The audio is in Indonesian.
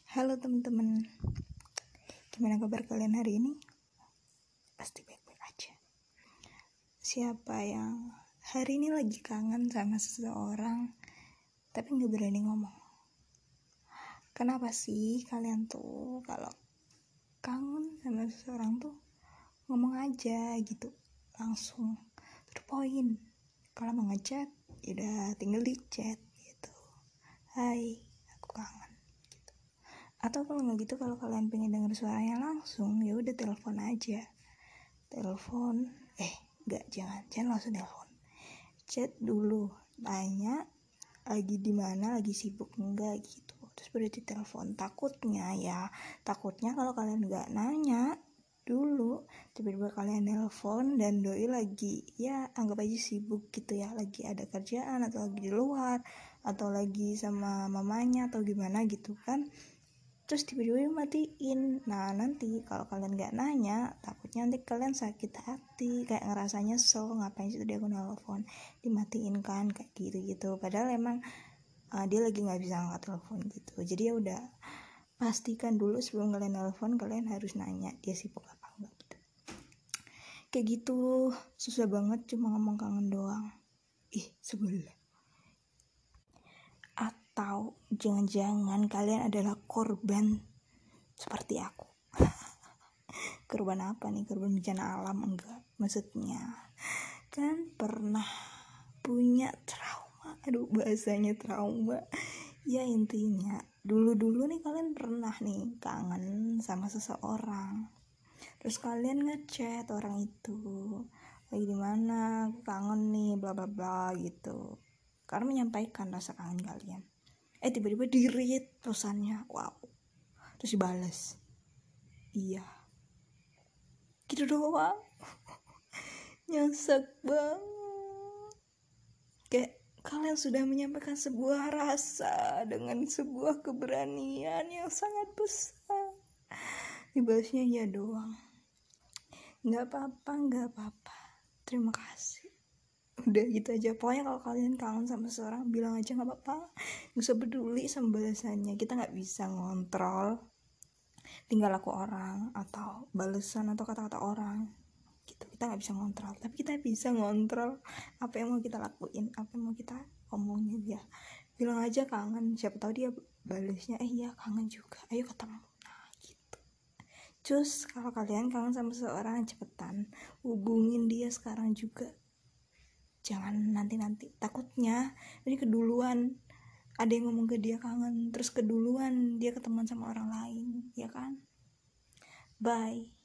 Halo teman-teman, gimana kabar kalian hari ini? Pasti baik-baik aja. Siapa yang hari ini lagi kangen sama seseorang tapi gak berani ngomong? Kenapa sih kalian tuh kalau kangen sama seseorang tuh ngomong aja gitu, langsung to the point. Kalau mau ngechat, yaudah tinggal di chat gitu. Hai, aku kangen. Atau kalau nggak gitu, kalau kalian pengen denger suaranya langsung, ya udah telepon aja. Jangan langsung telepon. Chat dulu, tanya lagi di mana, lagi sibuk enggak gitu. Terus baru ditelepon. Takutnya kalau kalian nggak nanya dulu, tiba-tiba kalian telepon dan doi lagi, ya anggap aja sibuk gitu ya, lagi ada kerjaan atau lagi di luar atau lagi sama mamanya atau gimana gitu kan. Terus tiba-tiba matiin. Nah nanti kalau kalian gak nanya, takutnya nanti kalian sakit hati, kayak ngerasa nyesel, ngapain sih tadi aku nelfon, dimatiin kan, kayak gitu. Padahal emang dia lagi gak bisa angkat telepon gitu. Jadi ya udah, pastikan dulu sebelum kalian nelfon, kalian harus nanya dia sibuk apa enggak gitu. Kayak gitu, susah banget cuma ngomong kangen doang. Sebel. Atau jangan-jangan kalian adalah korban seperti aku. Korban apa nih? Korban bencana alam? Enggak, maksudnya kan pernah punya trauma. Bahasanya trauma ya, intinya dulu nih kalian pernah nih kangen sama seseorang, terus kalian ngechat orang itu, lagi di mana, aku kangen nih, bla bla bla gitu, karena menyampaikan rasa kangen kalian. Tiba-tiba di-read pesannya, wow, terus dibalas iya gitu doang. Nyesek banget. Kayak kalian sudah menyampaikan sebuah rasa dengan sebuah keberanian yang sangat besar, dibalasnya iya doang. Gak apa-apa, terima kasih. Udah gitu aja. Pokoknya kalau kalian kangen sama seseorang, bilang aja gak apa-apa, gak usah peduli sama balasannya. Kita gak bisa ngontrol tinggal laku orang atau balasan atau kata-kata orang gitu. Kita nggak bisa ngontrol, tapi kita bisa ngontrol apa yang mau kita lakuin, apa yang mau kita omongin. Dia bilang aja kangen, siapa tahu dia balasnya iya kangen juga, ayo ketemu. Nah gitu. Cus, kalau kalian kangen sama seseorang, cepetan hubungin dia sekarang juga, jangan nanti takutnya jadi keduluan ada yang ngomong ke dia kangen, terus keduluan dia ketemuan sama orang lain, ya kan? Bye.